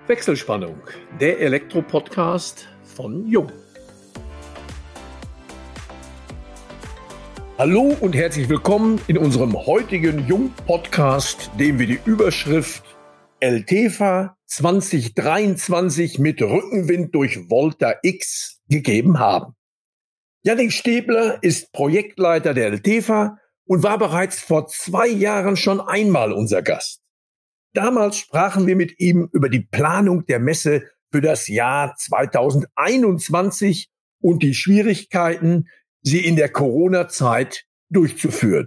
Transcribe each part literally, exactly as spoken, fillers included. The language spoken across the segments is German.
Wechselspannung, der Elektro-Podcast von Jung. Hallo und herzlich willkommen in unserem heutigen Jung-Podcast, dem wir die Überschrift Eltefa zwanzig dreiundzwanzig mit Rückenwind durch Volta X gegeben haben. Jannik Stäbler ist Projektleiter der Eltefa und war bereits vor zwei Jahren schon einmal unser Gast. Damals sprachen wir mit ihm über die Planung der Messe für das Jahr zwanzig einundzwanzig und die Schwierigkeiten, sie in der Corona-Zeit durchzuführen.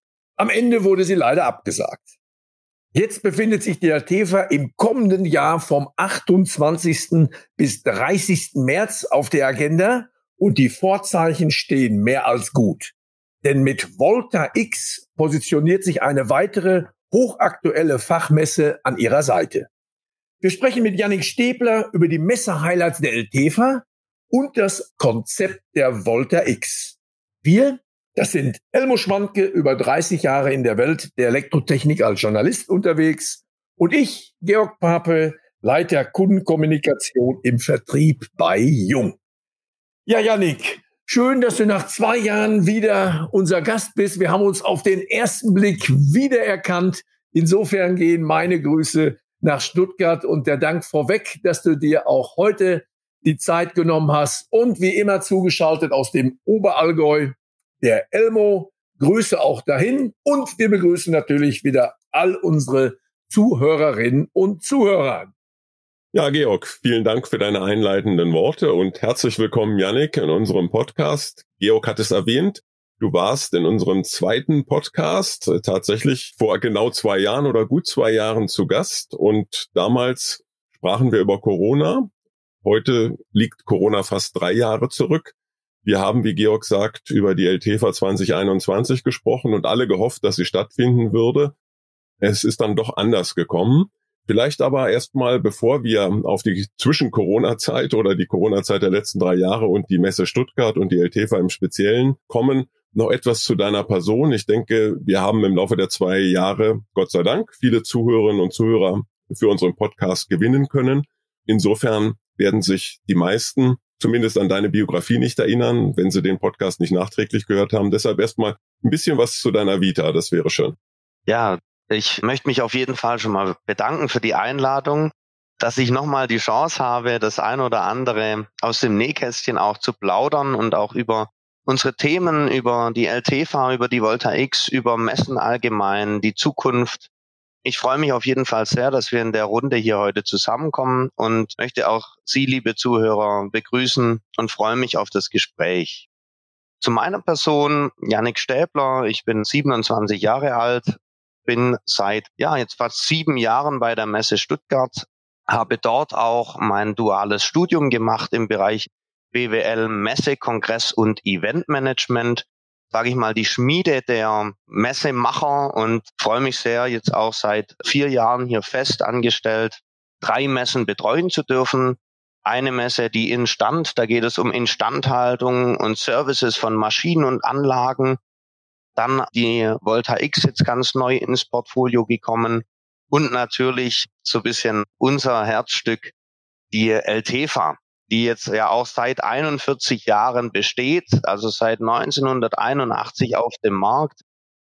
Am Ende wurde sie leider abgesagt. Jetzt befindet sich die Eltefa im kommenden Jahr vom achtundzwanzigsten bis dreißigsten März auf der Agenda und die Vorzeichen stehen mehr als gut. Denn mit Volta X positioniert sich eine weitere hochaktuelle Fachmesse an ihrer Seite. Wir sprechen mit Jannik Stäbler über die Messe-Highlights der Eltefa und das Konzept der Volta X. Wir, das sind Elmo Schwanke, über dreißig Jahre in der Welt der Elektrotechnik als Journalist unterwegs, und ich, Georg Pape, Leiter Kundenkommunikation im Vertrieb bei Jung. Ja, Jannik, schön, dass du nach zwei Jahren wieder unser Gast bist. Wir haben uns auf den ersten Blick wiedererkannt. Insofern gehen meine Grüße nach Stuttgart und der Dank vorweg, dass du dir auch heute die Zeit genommen hast. Und wie immer zugeschaltet aus dem Oberallgäu, der Elmo. Grüße auch dahin. Und wir begrüßen natürlich wieder all unsere Zuhörerinnen und Zuhörer. Ja, Georg, vielen Dank für deine einleitenden Worte und herzlich willkommen, Jannik, in unserem Podcast. Georg hat es erwähnt, du warst in unserem zweiten Podcast äh, tatsächlich vor genau zwei Jahren oder gut zwei Jahren zu Gast und damals sprachen wir über Corona. Heute liegt Corona fast drei Jahre zurück. Wir haben, wie Georg sagt, über die Eltefa zwanzig einundzwanzig gesprochen und alle gehofft, dass sie stattfinden würde. Es ist dann doch anders gekommen. Vielleicht aber erstmal, bevor wir auf die Zwischen-Corona-Zeit oder die Corona-Zeit der letzten drei Jahre und die Messe Stuttgart und die Eltefa im Speziellen kommen, noch etwas zu deiner Person. Ich denke, wir haben im Laufe der zwei Jahre, Gott sei Dank, viele Zuhörerinnen und Zuhörer für unseren Podcast gewinnen können. Insofern werden sich die meisten zumindest an deine Biografie nicht erinnern, wenn sie den Podcast nicht nachträglich gehört haben. Deshalb erstmal ein bisschen was zu deiner Vita, das wäre schön. Ja, ich möchte mich auf jeden Fall schon mal bedanken für die Einladung, dass ich nochmal die Chance habe, das ein oder andere aus dem Nähkästchen auch zu plaudern und auch über unsere Themen, über die Eltefa, über die Volta X, über Messen allgemein, die Zukunft. Ich freue mich auf jeden Fall sehr, dass wir in der Runde hier heute zusammenkommen und möchte auch Sie, liebe Zuhörer, begrüßen und freue mich auf das Gespräch. Zu meiner Person, Jannik Stäbler, ich bin siebenundzwanzig Jahre alt, bin seit ja jetzt fast sieben Jahren bei der Messe Stuttgart, habe dort auch mein duales Studium gemacht im Bereich B W L, Messe, Kongress und Eventmanagement. Sage ich mal, die Schmiede der Messemacher und freue mich sehr, jetzt auch seit vier Jahren hier fest angestellt, drei Messen betreuen zu dürfen. Eine Messe, die Instand, da geht es um Instandhaltung und Services von Maschinen und Anlagen. Dann die Volta X jetzt ganz neu ins Portfolio gekommen und natürlich so ein bisschen unser Herzstück, die Eltefa, die jetzt ja auch seit einundvierzig Jahren besteht, also seit neunzehnhunderteinundachtzig auf dem Markt.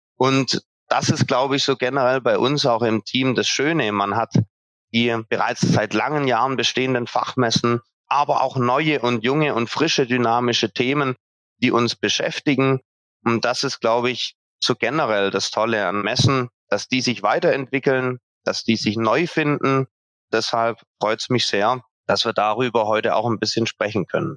Und das ist, glaube ich, so generell bei uns auch im Team das Schöne. Man hat die bereits seit langen Jahren bestehenden Fachmessen, aber auch neue und junge und frische dynamische Themen, die uns beschäftigen. Und das ist, glaube ich, so generell das Tolle an Messen, dass die sich weiterentwickeln, dass die sich neu finden. Deshalb freut es mich sehr, dass wir darüber heute auch ein bisschen sprechen können.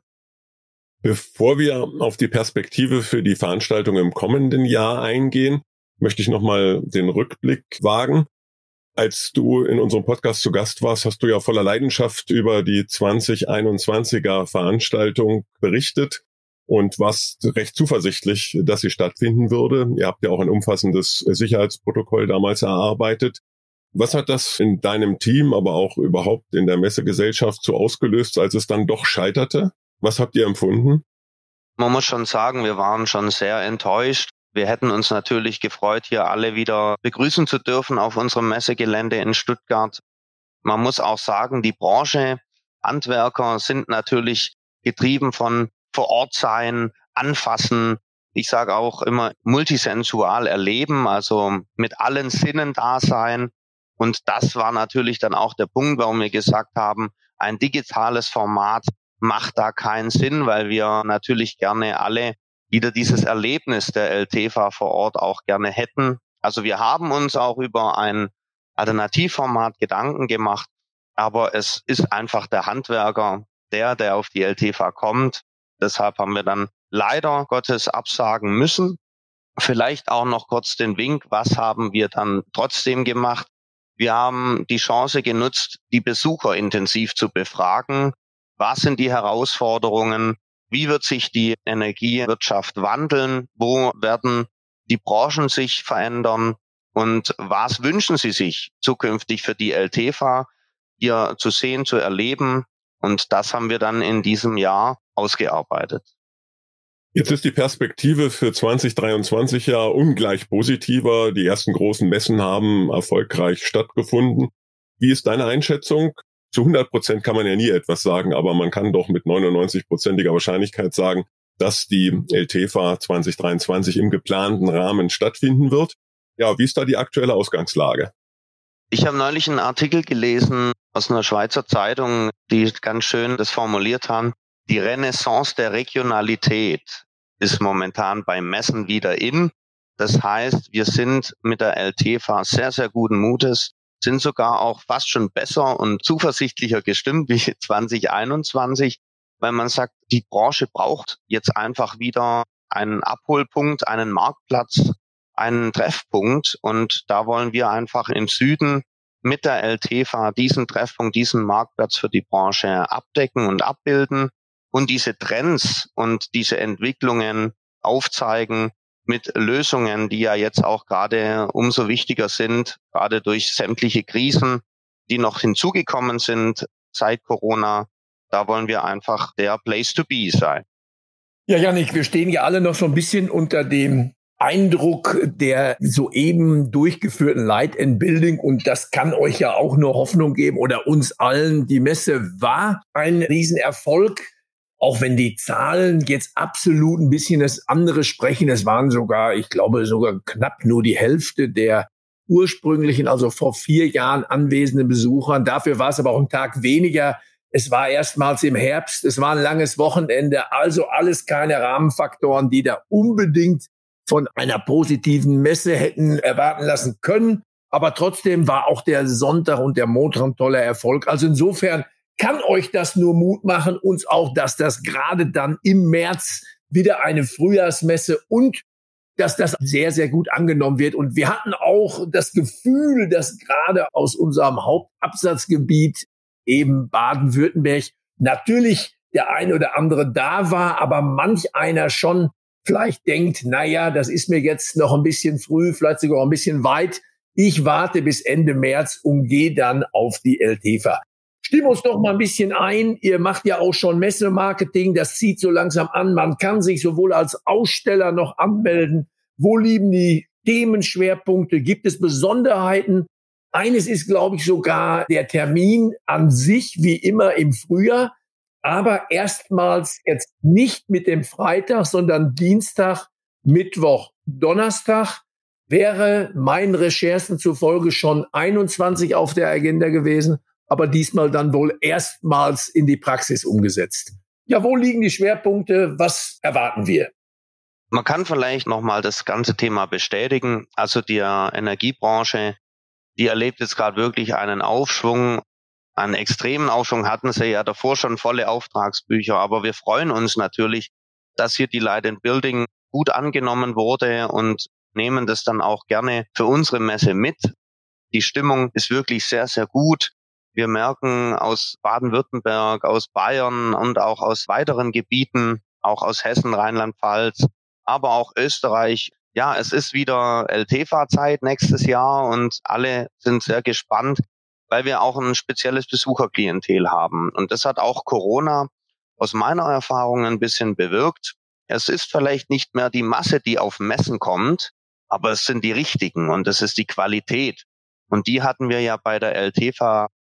Bevor wir auf die Perspektive für die Veranstaltung im kommenden Jahr eingehen, möchte ich nochmal den Rückblick wagen. Als du in unserem Podcast zu Gast warst, hast du ja voller Leidenschaft über die zwanzig einundzwanziger Veranstaltung berichtet und warst recht zuversichtlich, dass sie stattfinden würde. Ihr habt ja auch ein umfassendes Sicherheitsprotokoll damals erarbeitet. Was hat das in deinem Team, aber auch überhaupt in der Messegesellschaft so ausgelöst, als es dann doch scheiterte? Was habt ihr empfunden? Man muss schon sagen, wir waren schon sehr enttäuscht. Wir hätten uns natürlich gefreut, hier alle wieder begrüßen zu dürfen auf unserem Messegelände in Stuttgart. man muss auch sagen, die Branche, Handwerker sind natürlich getrieben von vor Ort sein, anfassen. Ich sage auch immer multisensual erleben, also mit allen Sinnen da sein. Und das war natürlich dann auch der Punkt, warum wir gesagt haben, ein digitales Format macht da keinen Sinn, weil wir natürlich gerne alle wieder dieses Erlebnis der L T F A vor Ort auch gerne hätten. Also wir haben uns auch über ein Alternativformat Gedanken gemacht, aber es ist einfach der Handwerker, der, der auf die L T F A kommt. Deshalb haben wir dann leider Gottes absagen müssen. Vielleicht auch noch kurz den Wink, was haben wir dann trotzdem gemacht? Wir haben die Chance genutzt, die Besucher intensiv zu befragen. Was sind die Herausforderungen? Wie wird sich die Energiewirtschaft wandeln? Wo werden die Branchen sich verändern? Und was wünschen Sie sich zukünftig für die L T F A hier zu sehen, zu erleben? Und das haben wir dann in diesem Jahr ausgearbeitet. Jetzt ist die Perspektive für zwanzig dreiundzwanzig ja ungleich positiver. Die ersten großen Messen haben erfolgreich stattgefunden. Wie ist deine Einschätzung? Zu hundert Prozent kann man ja nie etwas sagen, aber man kann doch mit neunundneunzig-prozentiger Wahrscheinlichkeit sagen, dass die L T F A zwanzig dreiundzwanzig im geplanten Rahmen stattfinden wird. Ja, wie ist da die aktuelle Ausgangslage? Ich habe neulich einen Artikel gelesen aus einer Schweizer Zeitung, die ganz schön das formuliert haben. Die Renaissance der Regionalität ist momentan beim Messen wieder in. Das heißt, wir sind mit der L T F A sehr, sehr guten Mutes, sind sogar auch fast schon besser und zuversichtlicher gestimmt wie zwanzig einundzwanzig, weil man sagt, die Branche braucht jetzt einfach wieder einen Abholpunkt, einen Marktplatz, einen Treffpunkt. Und da wollen wir einfach im Süden mit der L T F A diesen Treffpunkt, diesen Marktplatz für die Branche abdecken und abbilden und diese Trends und diese Entwicklungen aufzeigen mit Lösungen, die ja jetzt auch gerade umso wichtiger sind, gerade durch sämtliche Krisen, die noch hinzugekommen sind seit Corona. Da wollen wir einfach der Place to be sein. Ja, Jannik, wir stehen ja alle noch so ein bisschen unter dem Eindruck der soeben durchgeführten Light and Building, und das kann euch ja auch nur Hoffnung geben oder uns allen. Die Messe war ein Riesenerfolg, auch wenn die Zahlen jetzt absolut ein bisschen das andere sprechen. Es waren sogar, ich glaube, sogar knapp nur die Hälfte der ursprünglichen, also vor vier Jahren anwesenden Besuchern. Dafür war es aber auch ein Tag weniger. Es war erstmals im Herbst, es war ein langes Wochenende, also alles keine Rahmenfaktoren, die da unbedingt von einer positiven Messe hätten erwarten lassen können. Aber trotzdem war auch der Sonntag und der Montag ein toller Erfolg. Also insofern kann euch das nur Mut machen, uns auch, dass das gerade dann im März wieder eine Frühjahrsmesse und dass das sehr, sehr gut angenommen wird. Und wir hatten auch das Gefühl, dass gerade aus unserem Hauptabsatzgebiet, eben Baden-Württemberg, natürlich der eine oder andere da war, aber manch einer schon vielleicht denkt, naja, das ist mir jetzt noch ein bisschen früh, vielleicht sogar ein bisschen weit. Ich warte bis Ende März und gehe dann auf die L T F A. Stimm uns doch mal ein bisschen ein. Ihr macht ja auch schon Messemarketing. Das zieht so langsam an. Man kann sich sowohl als Aussteller noch anmelden. Wo liegen die Themenschwerpunkte? Gibt es Besonderheiten? Eines ist, glaube ich, sogar der Termin an sich, wie immer im Frühjahr. Aber erstmals jetzt nicht mit dem Freitag, sondern Dienstag, Mittwoch, Donnerstag. Wäre meinen Recherchen zufolge schon einundzwanzig auf der Agenda gewesen, aber diesmal dann wohl erstmals in die Praxis umgesetzt. Ja, wo liegen die Schwerpunkte? Was erwarten wir? Man kann vielleicht nochmal das ganze Thema bestätigen. Also die Energiebranche, die erlebt jetzt gerade wirklich einen Aufschwung. Einen extremen Aufschwung hatten sie ja davor schon volle Auftragsbücher. Aber wir freuen uns natürlich, dass hier die Light and Building gut angenommen wurde und nehmen das dann auch gerne für unsere Messe mit. Die Stimmung ist wirklich sehr, sehr gut. Wir merken aus Baden-Württemberg, aus Bayern und auch aus weiteren Gebieten, auch aus Hessen, Rheinland-Pfalz, aber auch Österreich. Ja, es ist wieder L T F A-Zeit nächstes Jahr und alle sind sehr gespannt, weil wir auch ein spezielles Besucherklientel haben. Und das hat auch Corona aus meiner Erfahrung ein bisschen bewirkt. Es ist vielleicht nicht mehr die Masse, die auf Messen kommt, aber es sind die richtigen und das ist die Qualität. Und die hatten wir ja bei der L T F A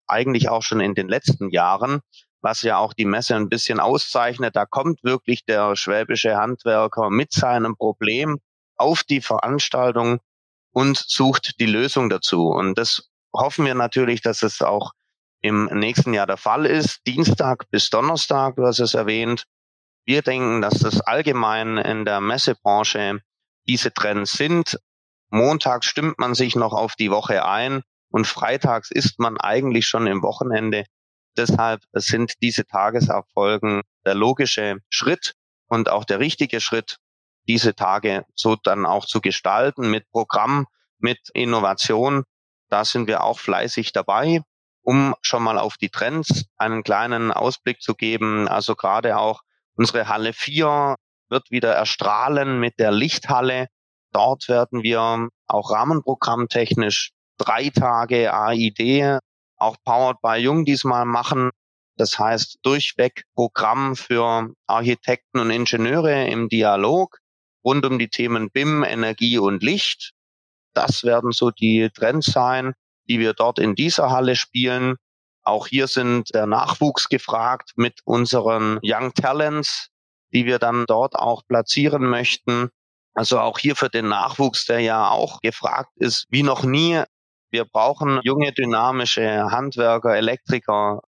eigentlich auch schon in den letzten Jahren, was ja auch die Messe ein bisschen auszeichnet. Da kommt wirklich der schwäbische Handwerker mit seinem Problem auf die Veranstaltung und sucht die Lösung dazu. Und das hoffen wir natürlich, dass es auch im nächsten Jahr der Fall ist. Dienstag bis Donnerstag, du hast es erwähnt. Wir denken, dass das allgemein in der Messebranche diese Trends sind. Montags stimmt man sich noch auf die Woche ein und freitags ist man eigentlich schon im Wochenende. Deshalb sind diese Tageserfolgen der logische Schritt und auch der richtige Schritt, diese Tage so dann auch zu gestalten mit Programm, mit Innovation. Da sind wir auch fleißig dabei, um schon mal auf die Trends einen kleinen Ausblick zu geben. Also gerade auch unsere Halle vier wird wieder erstrahlen mit der Lichthalle. Dort werden wir auch rahmenprogrammtechnisch drei Tage A I D, auch Powered by Jung diesmal machen. Das heißt durchweg Programm für Architekten und Ingenieure im Dialog rund um die Themen B I M, Energie und Licht. Das werden so die Trends sein, die wir dort in dieser Halle spielen. Auch hier sind der Nachwuchs gefragt mit unseren Young Talents, die wir dann dort auch platzieren möchten. Also auch hier für den Nachwuchs, der ja auch gefragt ist, wie noch nie. Wir brauchen junge, dynamische Handwerker, Elektriker,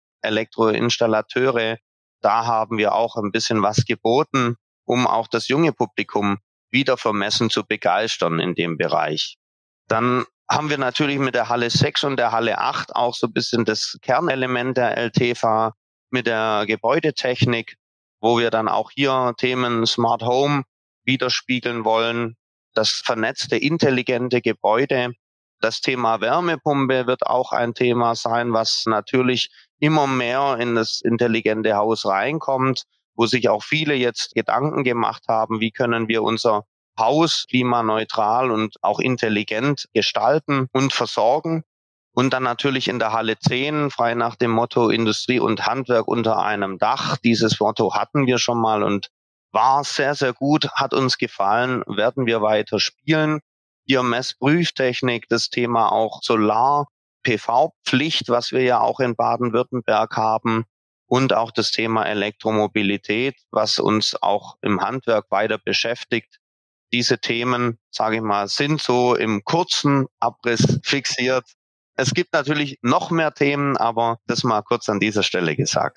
Elektroinstallateure. Da haben wir auch ein bisschen was geboten, um auch das junge Publikum wieder für Messen zu begeistern in dem Bereich. Dann haben wir natürlich mit der Halle sechs und der Halle acht auch so ein bisschen das Kernelement der L T V A mit der Gebäudetechnik, wo wir dann auch hier Themen Smart Home widerspiegeln wollen, das vernetzte, intelligente Gebäude. Das Thema Wärmepumpe wird auch ein Thema sein, was natürlich immer mehr in das intelligente Haus reinkommt, wo sich auch viele jetzt Gedanken gemacht haben, wie können wir unser Haus klimaneutral und auch intelligent gestalten und versorgen. Und dann natürlich in der Halle zehn, frei nach dem Motto Industrie und Handwerk unter einem Dach. Dieses Motto hatten wir schon mal und war sehr, sehr gut, hat uns gefallen, werden wir weiter spielen. Hier Messprüftechnik, das Thema auch Solar, P V-Pflicht, was wir ja auch in Baden-Württemberg haben. Und auch das Thema Elektromobilität, was uns auch im Handwerk weiter beschäftigt. Diese Themen, sage ich mal, sind so im kurzen Abriss fixiert. Es gibt natürlich noch mehr Themen, aber das mal kurz an dieser Stelle gesagt.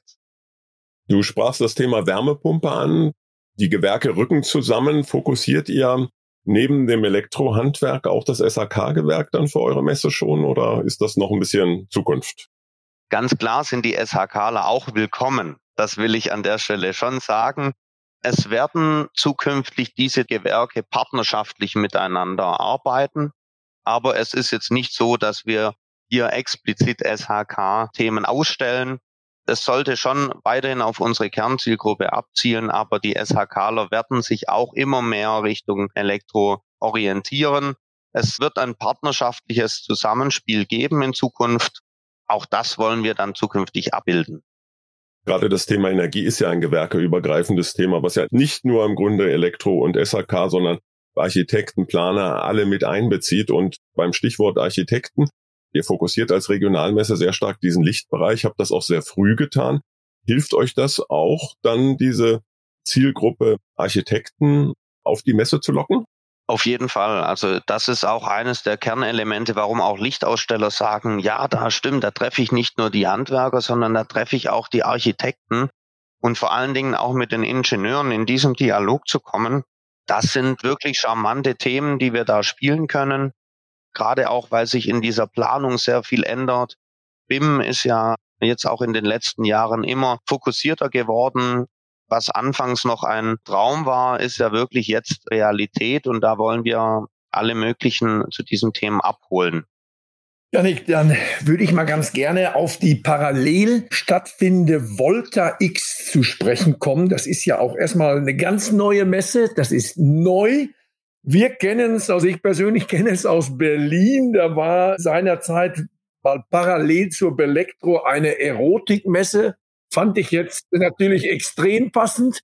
Du sprachst das Thema Wärmepumpe an. Die Gewerke rücken zusammen. Fokussiert ihr neben dem Elektrohandwerk auch das S H K-Gewerk dann für eure Messe schon oder ist das noch ein bisschen Zukunft? Ganz klar sind die SHKler auch willkommen. Das will ich an der Stelle schon sagen. Es werden zukünftig diese Gewerke partnerschaftlich miteinander arbeiten. Aber es ist jetzt nicht so, dass wir hier explizit S H K-Themen ausstellen. Es sollte schon weiterhin auf unsere Kernzielgruppe abzielen, aber die SHKler werden sich auch immer mehr Richtung Elektro orientieren. Es wird ein partnerschaftliches Zusammenspiel geben in Zukunft. Auch das wollen wir dann zukünftig abbilden. Gerade das Thema Energie ist ja ein gewerkeübergreifendes Thema, was ja nicht nur im Grunde Elektro und S H K, sondern Architekten, Planer alle mit einbezieht. Und beim Stichwort Architekten, ihr fokussiert als Regionalmesse sehr stark diesen Lichtbereich, habt das auch sehr früh getan. Hilft euch das auch, dann diese Zielgruppe Architekten auf die Messe zu locken? Auf jeden Fall. Also das ist auch eines der Kernelemente, warum auch Lichtaussteller sagen, ja, da stimmt, da treffe ich nicht nur die Handwerker, sondern da treffe ich auch die Architekten und vor allen Dingen auch mit den Ingenieuren in diesem Dialog zu kommen. Das sind wirklich charmante Themen, die wir da spielen können. Gerade auch, weil sich in dieser Planung sehr viel ändert. B I M ist ja jetzt auch in den letzten Jahren immer fokussierter geworden. Was anfangs noch ein Traum war, ist ja wirklich jetzt Realität und da wollen wir alle möglichen zu diesen Themen abholen. Jannik, dann würde ich mal ganz gerne auf die parallel stattfindende Volta X zu sprechen kommen. Das ist ja auch erstmal eine ganz neue Messe. Das ist neu. Wir kennen es, also ich persönlich kenne es aus Berlin. Da war seinerzeit mal parallel zur Belektro eine Erotikmesse. Fand ich jetzt natürlich extrem passend.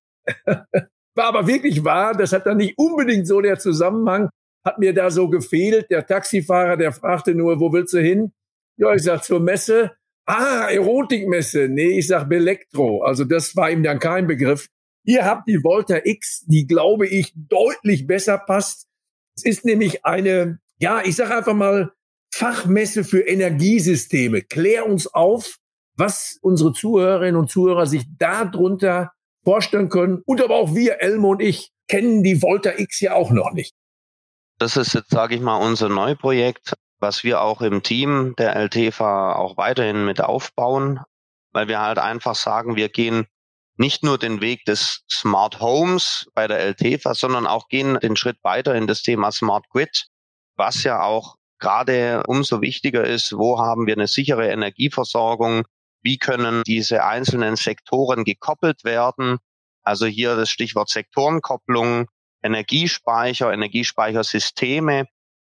War aber wirklich wahr. Das hat dann nicht unbedingt so der Zusammenhang. Hat mir da so gefehlt. Der Taxifahrer, der fragte nur, wo willst du hin? Ja, ich sag zur Messe. Ah, Erotikmesse. Nee, ich sag Belektro. Also das war ihm dann kein Begriff. Ihr habt die Volta X, die, glaube ich, deutlich besser passt. Es ist nämlich eine, ja, ich sage einfach mal, Fachmesse für Energiesysteme. Klär uns auf, was unsere Zuhörerinnen und Zuhörer sich darunter vorstellen können. Und aber auch wir, Elmo und ich, kennen die Volta X ja auch noch nicht. Das ist jetzt, sage ich mal, unser Neuprojekt, was wir auch im Team der L T F A auch weiterhin mit aufbauen, weil wir halt einfach sagen, wir gehen nicht nur den Weg des Smart Homes bei der L T F A, sondern auch gehen den Schritt weiter in das Thema Smart Grid, was ja auch gerade umso wichtiger ist, wo haben wir eine sichere Energieversorgung, wie können diese einzelnen Sektoren gekoppelt werden, also hier das Stichwort Sektorenkopplung, Energiespeicher, Energiespeichersysteme,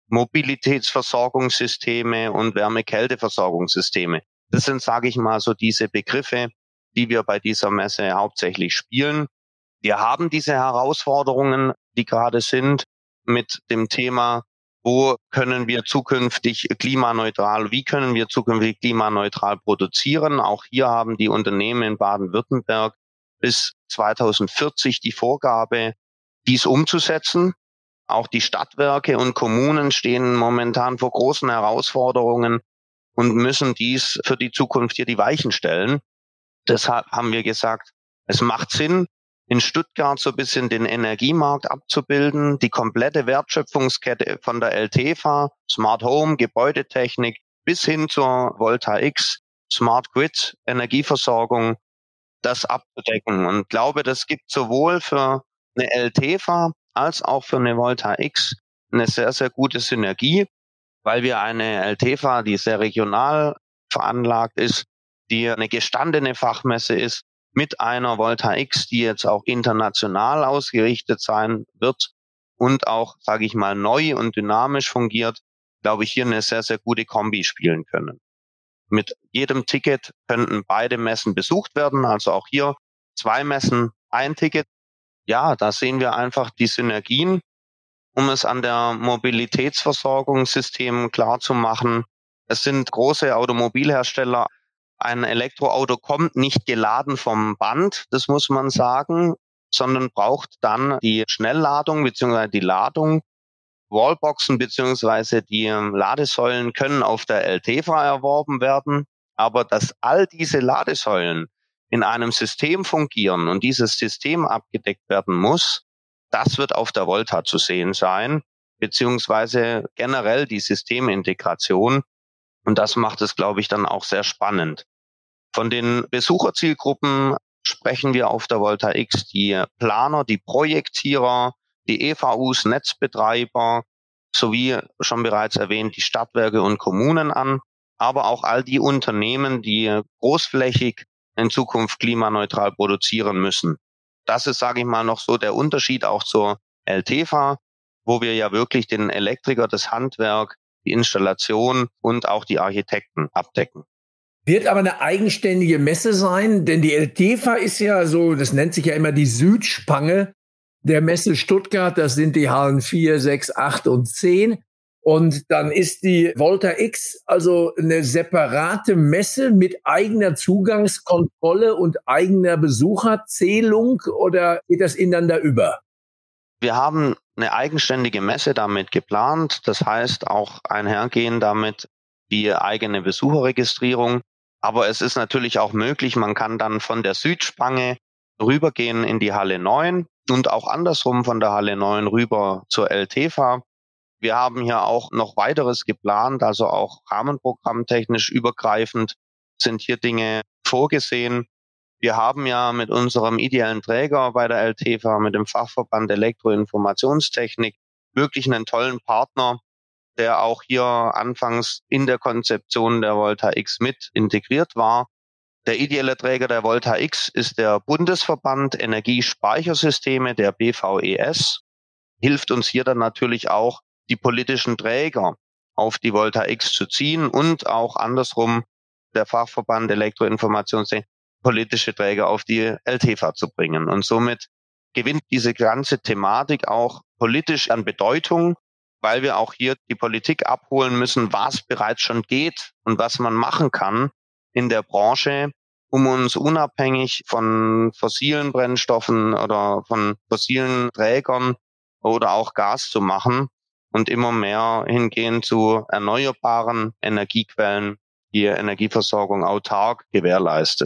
Mobilitätsversorgungssysteme und Wärme-Kälte-Versorgungssysteme. Das sind, sage ich mal, so diese Begriffe, die wir bei dieser Messe hauptsächlich spielen. Wir haben diese Herausforderungen, die gerade sind, mit dem Thema, wo können wir zukünftig klimaneutral, wie können wir zukünftig klimaneutral produzieren. Auch hier haben die Unternehmen in Baden-Württemberg bis zweitausendvierzig die Vorgabe, dies umzusetzen. Auch die Stadtwerke und Kommunen stehen momentan vor großen Herausforderungen und müssen dies für die Zukunft hier die Weichen stellen. Deshalb haben wir gesagt, es macht Sinn, in Stuttgart so ein bisschen den Energiemarkt abzubilden, die komplette Wertschöpfungskette von der L T F A, Smart Home, Gebäudetechnik bis hin zur Volta X, Smart Grid, Energieversorgung, das abzudecken. Und glaube, das gibt sowohl für eine L T F A als auch für eine Volta X eine sehr, sehr gute Synergie, weil wir eine L T F A, die sehr regional veranlagt ist, die eine gestandene Fachmesse ist, mit einer Volta X, die jetzt auch international ausgerichtet sein wird und auch, sage ich mal, neu und dynamisch fungiert, glaube ich, hier eine sehr, sehr gute Kombi spielen können. Mit jedem Ticket könnten beide Messen besucht werden, also auch hier zwei Messen, ein Ticket. Ja, da sehen wir einfach die Synergien, um es an der Mobilitätsversorgungssystem klar zu machen. Es sind große Automobilhersteller. Ein Elektroauto kommt nicht geladen vom Band, das muss man sagen, sondern braucht dann die Schnellladung bzw. die Ladung. Wallboxen bzw. die Ladesäulen können auf der L T F A erworben werden, aber dass all diese Ladesäulen in einem System fungieren und dieses System abgedeckt werden muss, das wird auf der Volta zu sehen sein, beziehungsweise generell die Systemintegration. Und das macht es, glaube ich, dann auch sehr spannend. Von den Besucherzielgruppen sprechen wir auf der Volta X die Planer, die Projektierer, die E V Us, Netzbetreiber sowie schon bereits erwähnt die Stadtwerke und Kommunen an, aber auch all die Unternehmen, die großflächig in Zukunft klimaneutral produzieren müssen. Das ist, sage ich mal, noch so der Unterschied auch zur L T F A, wo wir ja wirklich den Elektriker, das Handwerk, die Installation und auch die Architekten abdecken. Wird aber eine eigenständige Messe sein, denn die L T F A ist ja so, das nennt sich ja immer die Südspange der Messe Stuttgart. Das sind die Hallen vier, sechs, acht und zehn. Und dann ist die Volta X also eine separate Messe mit eigener Zugangskontrolle und eigener Besucherzählung, oder geht das ineinander über? Wir haben eine eigenständige Messe damit geplant. Das heißt auch einhergehen damit die eigene Besucherregistrierung. Aber es ist natürlich auch möglich, man kann dann von der Südspange rübergehen in die Halle neun und auch andersrum von der Halle neun rüber zur L T F A. Wir haben hier auch noch weiteres geplant, also auch rahmenprogrammtechnisch übergreifend sind hier Dinge vorgesehen. Wir haben ja mit unserem ideellen Träger bei der L T F A, mit dem Fachverband Elektroinformationstechnik, wirklich einen tollen Partner, der auch hier anfangs in der Konzeption der Volta X mit integriert war. Der ideelle Träger der Volta X ist der Bundesverband Energiespeichersysteme, der B V E S. Hilft uns hier dann natürlich auch, die politischen Träger auf die Volta X zu ziehen und auch andersrum der Fachverband Elektroinformationstechnik politische Träger auf die L T F A zu bringen. Und somit gewinnt diese ganze Thematik auch politisch an Bedeutung, weil wir auch hier die Politik abholen müssen, was bereits schon geht und was man machen kann, in der Branche, um uns unabhängig von fossilen Brennstoffen oder von fossilen Trägern oder auch Gas zu machen und immer mehr hingehen zu erneuerbaren Energiequellen, die Energieversorgung autark gewährleistet.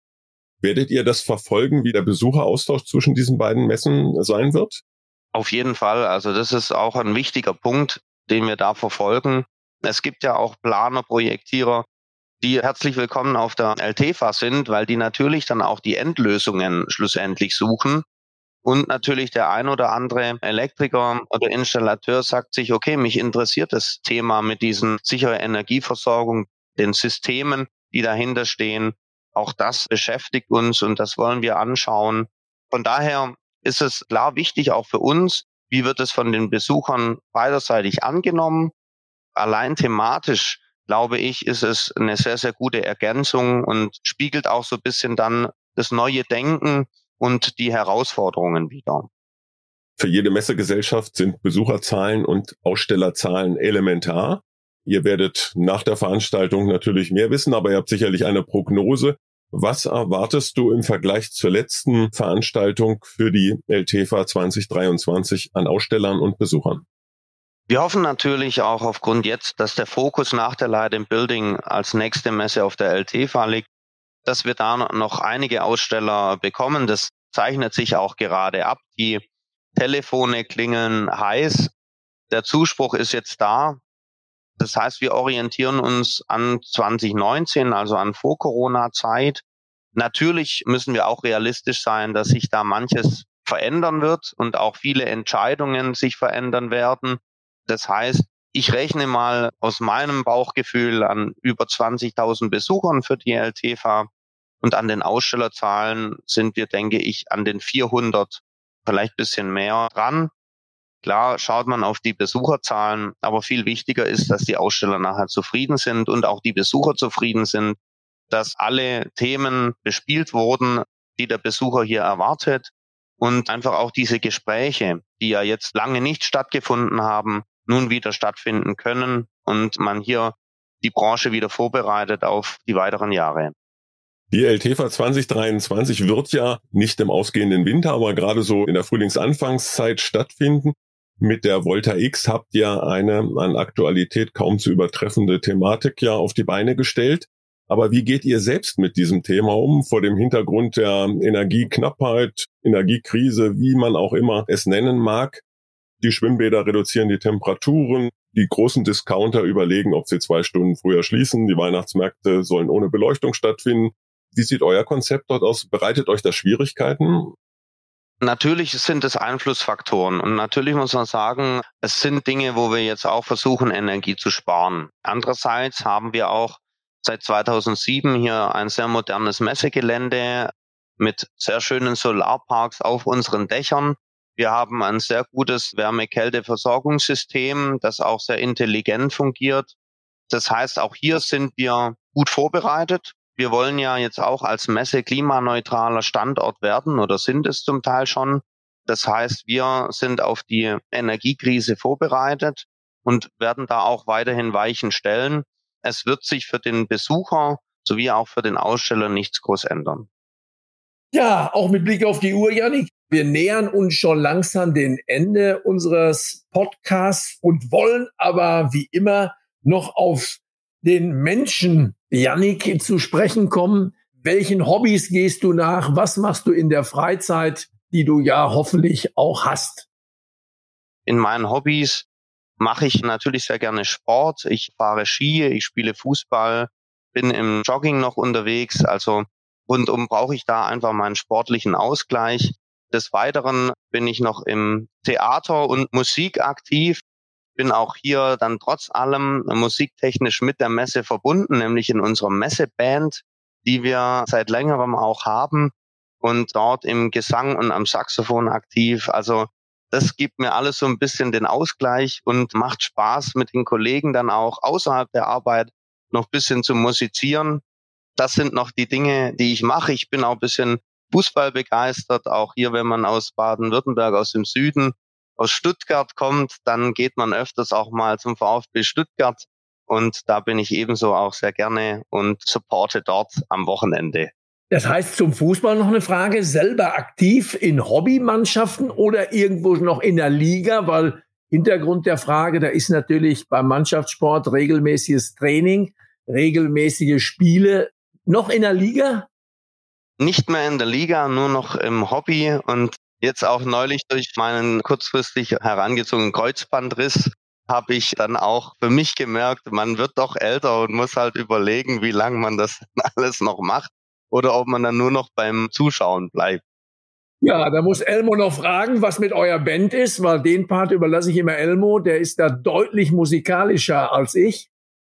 Werdet ihr das verfolgen, wie der Besucheraustausch zwischen diesen beiden Messen sein wird? Auf jeden Fall. Also das ist auch ein wichtiger Punkt, den wir da verfolgen. Es gibt ja auch Planer, Projektierer, die herzlich willkommen auf der L T F A sind, weil die natürlich dann auch die Endlösungen schlussendlich suchen. Und natürlich der ein oder andere Elektriker oder Installateur sagt sich, okay, mich interessiert das Thema mit diesen sicherer Energieversorgung, den Systemen, die dahinter stehen. Auch das beschäftigt uns und das wollen wir anschauen. Von daher ist es klar wichtig, auch für uns, wie wird es von den Besuchern beiderseitig angenommen. Allein thematisch, glaube ich, ist es eine sehr, sehr gute Ergänzung und spiegelt auch so ein bisschen dann das neue Denken und die Herausforderungen wider. Für jede Messegesellschaft sind Besucherzahlen und Ausstellerzahlen elementar. Ihr werdet nach der Veranstaltung natürlich mehr wissen, aber ihr habt sicherlich eine Prognose. Was erwartest du im Vergleich zur letzten Veranstaltung für die L T F A zwanzig dreiundzwanzig an Ausstellern und Besuchern? Wir hoffen natürlich auch aufgrund jetzt, dass der Fokus nach der Light in Building als nächste Messe auf der L T F A liegt, dass wir da noch einige Aussteller bekommen. Das zeichnet sich auch gerade ab. Die Telefone klingeln heiß. Der Zuspruch ist jetzt da. Das heißt, wir orientieren uns an zwanzig neunzehn, also an Vor-Corona-Zeit. Natürlich müssen wir auch realistisch sein, dass sich da manches verändern wird und auch viele Entscheidungen sich verändern werden. Das heißt, ich rechne mal aus meinem Bauchgefühl an über zwanzigtausend Besuchern für die L T F A und an den Ausstellerzahlen sind wir, denke ich, an den vierhundert, vielleicht ein bisschen mehr dran. Klar schaut man auf die Besucherzahlen, aber viel wichtiger ist, dass die Aussteller nachher zufrieden sind und auch die Besucher zufrieden sind, dass alle Themen bespielt wurden, die der Besucher hier erwartet und einfach auch diese Gespräche, die ja jetzt lange nicht stattgefunden haben, nun wieder stattfinden können und man hier die Branche wieder vorbereitet auf die weiteren Jahre. Die L T F A zwanzig dreiundzwanzig wird ja nicht im ausgehenden Winter, aber gerade so in der Frühlingsanfangszeit stattfinden. Mit der Volta X habt ihr eine an Aktualität kaum zu übertreffende Thematik ja auf die Beine gestellt. Aber wie geht ihr selbst mit diesem Thema um, vor dem Hintergrund der Energieknappheit, Energiekrise, wie man auch immer es nennen mag? Die Schwimmbäder reduzieren die Temperaturen, die großen Discounter überlegen, ob sie zwei Stunden früher schließen, die Weihnachtsmärkte sollen ohne Beleuchtung stattfinden. Wie sieht euer Konzept dort aus? Bereitet euch das Schwierigkeiten? Natürlich sind es Einflussfaktoren und natürlich muss man sagen, es sind Dinge, wo wir jetzt auch versuchen, Energie zu sparen. Andererseits haben wir auch seit zweitausendsieben hier ein sehr modernes Messegelände mit sehr schönen Solarparks auf unseren Dächern. Wir haben ein sehr gutes Wärme-Kälte-Versorgungssystem, das auch sehr intelligent fungiert. Das heißt, auch hier sind wir gut vorbereitet. Wir wollen ja jetzt auch als Messe klimaneutraler Standort werden oder sind es zum Teil schon. Das heißt, wir sind auf die Energiekrise vorbereitet und werden da auch weiterhin Weichen stellen. Es wird sich für den Besucher sowie auch für den Aussteller nichts groß ändern. Ja, auch mit Blick auf die Uhr, Jannik. Wir nähern uns schon langsam dem Ende unseres Podcasts und wollen aber wie immer noch auf den Menschen, Jannik, zu sprechen kommen. Welchen Hobbys gehst du nach? Was machst du in der Freizeit, die du ja hoffentlich auch hast? In meinen Hobbys mache ich natürlich sehr gerne Sport. Ich fahre Ski, ich spiele Fußball, bin im Jogging noch unterwegs. Also rundum brauche ich da einfach meinen sportlichen Ausgleich. Des Weiteren bin ich noch im Theater und Musik aktiv. Bin auch hier dann trotz allem musiktechnisch mit der Messe verbunden, nämlich in unserer Messeband, die wir seit längerem auch haben und dort im Gesang und am Saxophon aktiv. Also das gibt mir alles so ein bisschen den Ausgleich und macht Spaß mit den Kollegen dann auch außerhalb der Arbeit noch ein bisschen zu musizieren. Das sind noch die Dinge, die ich mache. Ich bin auch ein bisschen Fußball begeistert, auch hier, wenn man aus Baden-Württemberg, aus dem Süden, aus Stuttgart kommt, dann geht man öfters auch mal zum VfB Stuttgart Und da bin ich ebenso auch sehr gerne und supporte dort am Wochenende. Das heißt, zum Fußball noch eine Frage, selber aktiv in Hobbymannschaften oder irgendwo noch in der Liga? Weil Hintergrund der Frage, da ist natürlich beim Mannschaftssport regelmäßiges Training, regelmäßige Spiele. Noch in der Liga? Nicht mehr in der Liga, nur noch im Hobby und jetzt auch neulich durch meinen kurzfristig herangezogenen Kreuzbandriss habe ich dann auch für mich gemerkt, man wird doch älter und muss halt überlegen, wie lange man das alles noch macht oder ob man dann nur noch beim Zuschauen bleibt. Ja, da muss Elmo noch fragen, was mit eurer Band ist, weil den Part überlasse ich immer Elmo, der ist da deutlich musikalischer als ich.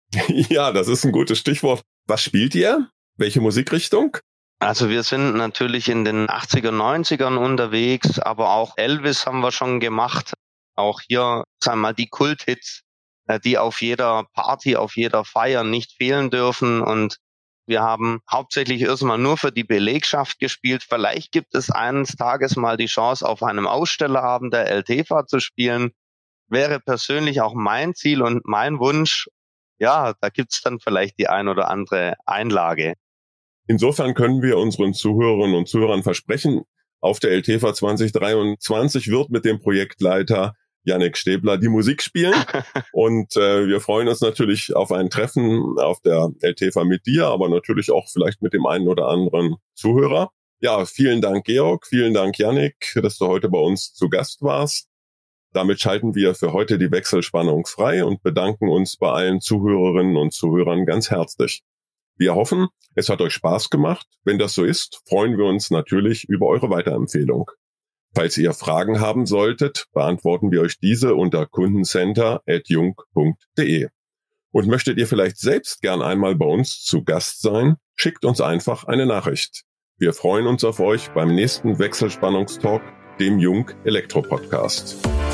Ja, das ist ein gutes Stichwort. Was spielt ihr? Welche Musikrichtung? Also wir sind natürlich in den achtziger, neunzigern unterwegs, aber auch Elvis haben wir schon gemacht. Auch hier, sagen wir mal, die Kulthits, die auf jeder Party, auf jeder Feier nicht fehlen dürfen. Und wir haben hauptsächlich erstmal nur für die Belegschaft gespielt. Vielleicht gibt es eines Tages mal die Chance, auf einem Ausstellerabend der L T F A zu spielen. Wäre persönlich auch mein Ziel und mein Wunsch. Ja, da gibt's dann vielleicht die ein oder andere Einlage. Insofern können wir unseren Zuhörerinnen und Zuhörern versprechen, auf der L T F A zwanzig dreiundzwanzig wird mit dem Projektleiter Jannik Stäbler die Musik spielen. Und äh, wir freuen uns natürlich auf ein Treffen auf der L T F A mit dir, aber natürlich auch vielleicht mit dem einen oder anderen Zuhörer. Ja, vielen Dank, Georg. Vielen Dank, Jannik, dass du heute bei uns zu Gast warst. Damit schalten wir für heute die Wechselspannung frei und bedanken uns bei allen Zuhörerinnen und Zuhörern ganz herzlich. Wir hoffen, es hat euch Spaß gemacht. Wenn das so ist, freuen wir uns natürlich über eure Weiterempfehlung. Falls ihr Fragen haben solltet, beantworten wir euch diese unter kundencenter at jung punkt de. Und möchtet ihr vielleicht selbst gern einmal bei uns zu Gast sein, schickt uns einfach eine Nachricht. Wir freuen uns auf euch beim nächsten Wechselspannungstalk, dem Jung Elektro Podcast.